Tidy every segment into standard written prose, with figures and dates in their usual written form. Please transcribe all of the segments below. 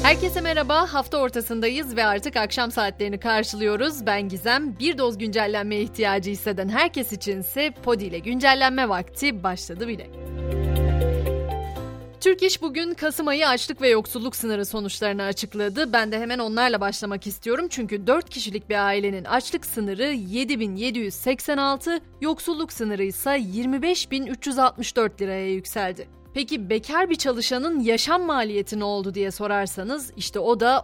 Herkese merhaba, hafta ortasındayız ve artık akşam saatlerini karşılıyoruz. Ben Gizem, bir doz güncellenmeye ihtiyacı hisseden herkes içinse Podi ile güncellenme vakti başladı bile. Türk İş bugün Kasım ayı açlık ve yoksulluk sınırı sonuçlarını açıkladı. Ben de hemen onlarla başlamak istiyorum çünkü 4 kişilik bir ailenin açlık sınırı 7.786, yoksulluk sınırı ise 25.364 liraya yükseldi. Peki bekar bir çalışanın yaşam maliyeti ne oldu diye sorarsanız işte o da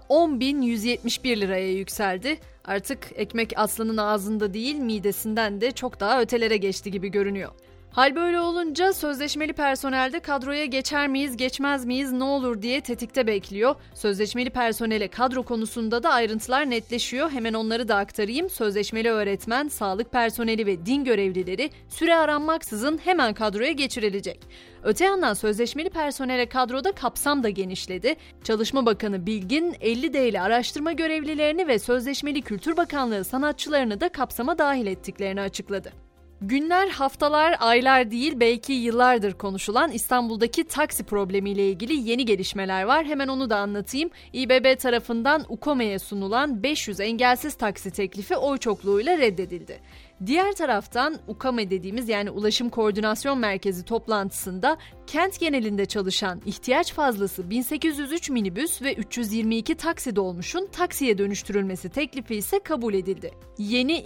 10.171 liraya yükseldi. Artık ekmek aslanın ağzında değil midesinden de çok daha ötelere geçti gibi görünüyor. Hal böyle olunca sözleşmeli personelde kadroya geçer miyiz, geçmez miyiz, ne olur diye tetikte bekliyor. Sözleşmeli personele kadro konusunda da ayrıntılar netleşiyor. Hemen onları da aktarayım. Sözleşmeli öğretmen, sağlık personeli ve din görevlileri süre aranmaksızın hemen kadroya geçirilecek. Öte yandan sözleşmeli personele kadroda kapsam da genişledi. Çalışma Bakanı Bilgin, 50D'li araştırma görevlilerini ve Sözleşmeli Kültür Bakanlığı sanatçılarını da kapsama dahil ettiklerini açıkladı. Günler, haftalar, aylar değil belki yıllardır konuşulan İstanbul'daki taksi problemiyle ilgili yeni gelişmeler var. Hemen onu da anlatayım. İBB tarafından UKOME'ye sunulan 500 engelsiz taksi teklifi oy çokluğuyla reddedildi. Diğer taraftan UKOME dediğimiz yani Ulaşım Koordinasyon Merkezi toplantısında kent genelinde çalışan ihtiyaç fazlası 1803 minibüs ve 322 taksi dolmuşun taksiye dönüştürülmesi teklifi ise kabul edildi. Yeni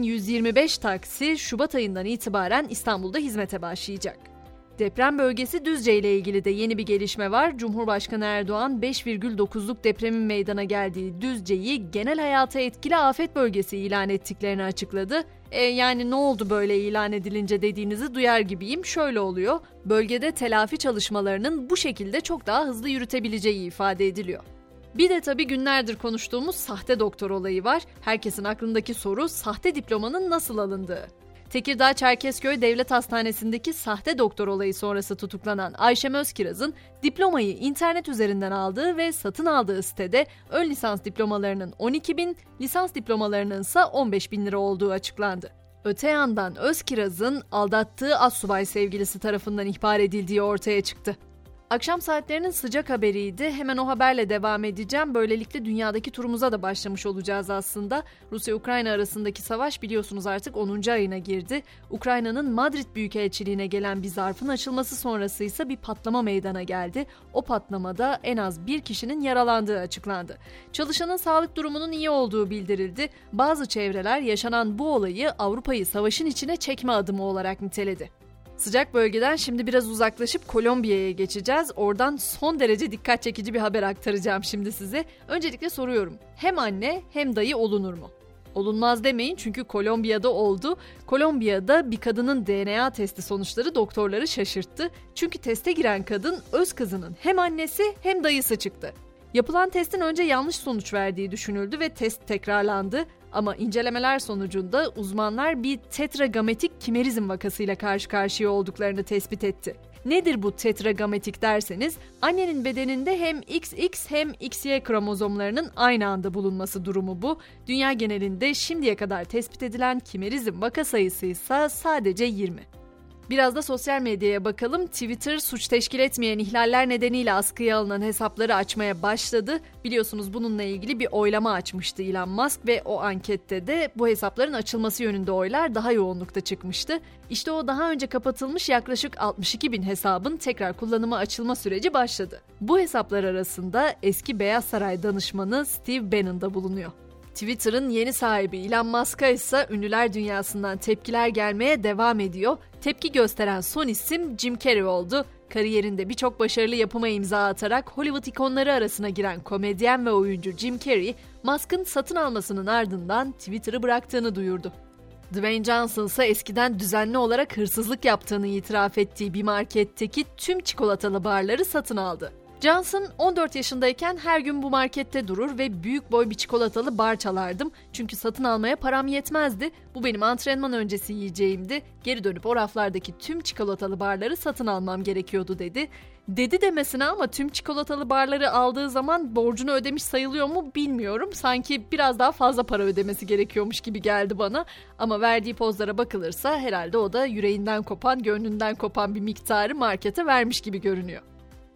2125 taksi Şubat ayından itibaren İstanbul'da hizmete başlayacak. Deprem bölgesi Düzce ile ilgili de yeni bir gelişme var. Cumhurbaşkanı Erdoğan 5,9'luk depremin meydana geldiği Düzce'yi genel hayata etkili afet bölgesi ilan ettiklerini açıkladı. Yani ne oldu böyle ilan edilince dediğinizi duyar gibiyim. Şöyle oluyor, bölgede telafi çalışmalarının bu şekilde çok daha hızlı yürütebileceği ifade ediliyor. Bir de tabii günlerdir konuştuğumuz sahte doktor olayı var. Herkesin aklındaki soru sahte diplomanın nasıl alındığı. Tekirdağ Çerkezköy Devlet Hastanesi'ndeki sahte doktor olayı sonrası tutuklanan Ayşem Özkiraz'ın diplomayı internet üzerinden aldığı ve satın aldığı sitede ön lisans diplomalarının 12.000, lisans diplomalarının ise 15.000 lira olduğu açıklandı. Öte yandan Özkiraz'ın aldattığı astsubay sevgilisi tarafından ihbar edildiği ortaya çıktı. Akşam saatlerinin sıcak haberiydi. Hemen o haberle devam edeceğim. Böylelikle dünyadaki turumuza da başlamış olacağız aslında. Rusya-Ukrayna arasındaki savaş biliyorsunuz artık 10. ayına girdi. Ukrayna'nın Madrid Büyükelçiliğine gelen bir zarfın açılması sonrası ise bir patlama meydana geldi. O patlamada en az bir kişinin yaralandığı açıklandı. Çalışanın sağlık durumunun iyi olduğu bildirildi. Bazı çevreler yaşanan bu olayı Avrupa'yı savaşın içine çekme adımı olarak niteledi. Sıcak bölgeden şimdi biraz uzaklaşıp Kolombiya'ya geçeceğiz. Oradan son derece dikkat çekici bir haber aktaracağım şimdi size. Öncelikle soruyorum. Hem anne hem dayı olunur mu? Olunmaz demeyin çünkü Kolombiya'da oldu. Kolombiya'da bir kadının DNA testi sonuçları doktorları şaşırttı. Çünkü teste giren kadın öz kızının hem annesi hem dayısı çıktı. Yapılan testin önce yanlış sonuç verdiği düşünüldü ve test tekrarlandı. Ama incelemeler sonucunda uzmanlar bir tetragametik kimerizm vakasıyla karşı karşıya olduklarını tespit etti. Nedir bu tetragametik derseniz, annenin bedeninde hem XX hem XY kromozomlarının aynı anda bulunması durumu bu. Dünya genelinde şimdiye kadar tespit edilen kimerizm vaka sayısı ise sadece 20. Biraz da sosyal medyaya bakalım. Twitter suç teşkil etmeyen ihlaller nedeniyle askıya alınan hesapları açmaya başladı. Biliyorsunuz bununla ilgili bir oylama açmıştı Elon Musk ve o ankette de bu hesapların açılması yönünde oylar daha yoğunlukta çıkmıştı. İşte o daha önce kapatılmış yaklaşık 62.000 hesabın tekrar kullanıma açılma süreci başladı. Bu hesaplar arasında eski Beyaz Saray danışmanı Steve Bannon da bulunuyor. Twitter'ın yeni sahibi Elon Musk'a ise ünlüler dünyasından tepkiler gelmeye devam ediyor. Tepki gösteren son isim Jim Carrey oldu. Kariyerinde birçok başarılı yapıma imza atarak Hollywood ikonları arasına giren komedyen ve oyuncu Jim Carrey, Musk'ın satın almasının ardından Twitter'ı bıraktığını duyurdu. Dwayne Johnson ise eskiden düzenli olarak hırsızlık yaptığını itiraf ettiği bir marketteki tüm çikolatalı barları satın aldı. Johnson 14 yaşındayken her gün bu markette durur ve büyük boy bir çikolatalı bar çalardım. Çünkü satın almaya param yetmezdi. Bu benim antrenman öncesi yiyeceğimdi. Geri dönüp o raflardaki tüm çikolatalı barları satın almam gerekiyordu dedi. Dedi demesine ama tüm çikolatalı barları aldığı zaman borcunu ödemiş sayılıyor mu bilmiyorum. Sanki biraz daha fazla para ödemesi gerekiyormuş gibi geldi bana. Ama verdiği pozlara bakılırsa herhalde o da yüreğinden kopan, gönlünden kopan bir miktarı markete vermiş gibi görünüyor.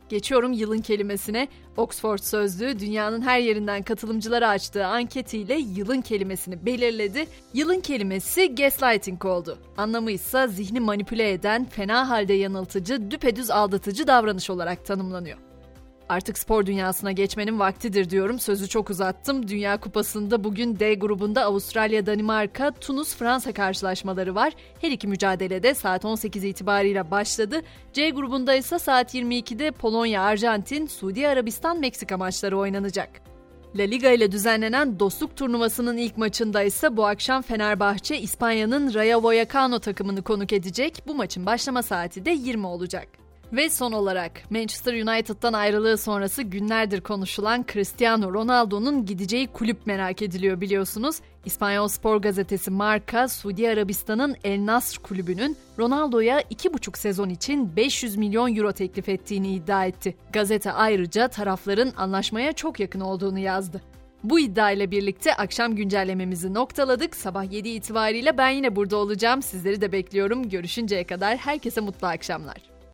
Geçiyorum yılın kelimesine. Oxford Sözlüğü dünyanın her yerinden katılımcılara açtığı anketiyle yılın kelimesini belirledi. Yılın kelimesi gaslighting oldu. Anlamı ise zihni manipüle eden, fena halde yanıltıcı, düpedüz aldatıcı davranış olarak tanımlanıyor. Artık spor dünyasına geçmenin vaktidir diyorum. Sözü çok uzattım. Dünya Kupası'nda bugün D grubunda Avustralya, Danimarka, Tunus, Fransa karşılaşmaları var. Her iki mücadelede saat 18 itibariyle başladı. C grubunda ise saat 22'de Polonya, Arjantin, Suudi Arabistan, Meksika maçları oynanacak. La Liga ile düzenlenen dostluk turnuvasının ilk maçında ise bu akşam Fenerbahçe, İspanya'nın Rayo Vallecano takımını konuk edecek. Bu maçın başlama saati de 20 olacak. Ve son olarak Manchester United'dan ayrılığı sonrası günlerdir konuşulan Cristiano Ronaldo'nun gideceği kulüp merak ediliyor biliyorsunuz. İspanyol spor gazetesi Marca, Suudi Arabistan'ın El Nasr kulübünün Ronaldo'ya 2,5 sezon için 500 milyon euro teklif ettiğini iddia etti. Gazete ayrıca tarafların anlaşmaya çok yakın olduğunu yazdı. Bu iddia ile birlikte akşam güncellememizi noktaladık. Sabah 7 itibariyle ben yine burada olacağım. Sizleri de bekliyorum. Görüşünceye kadar herkese mutlu akşamlar.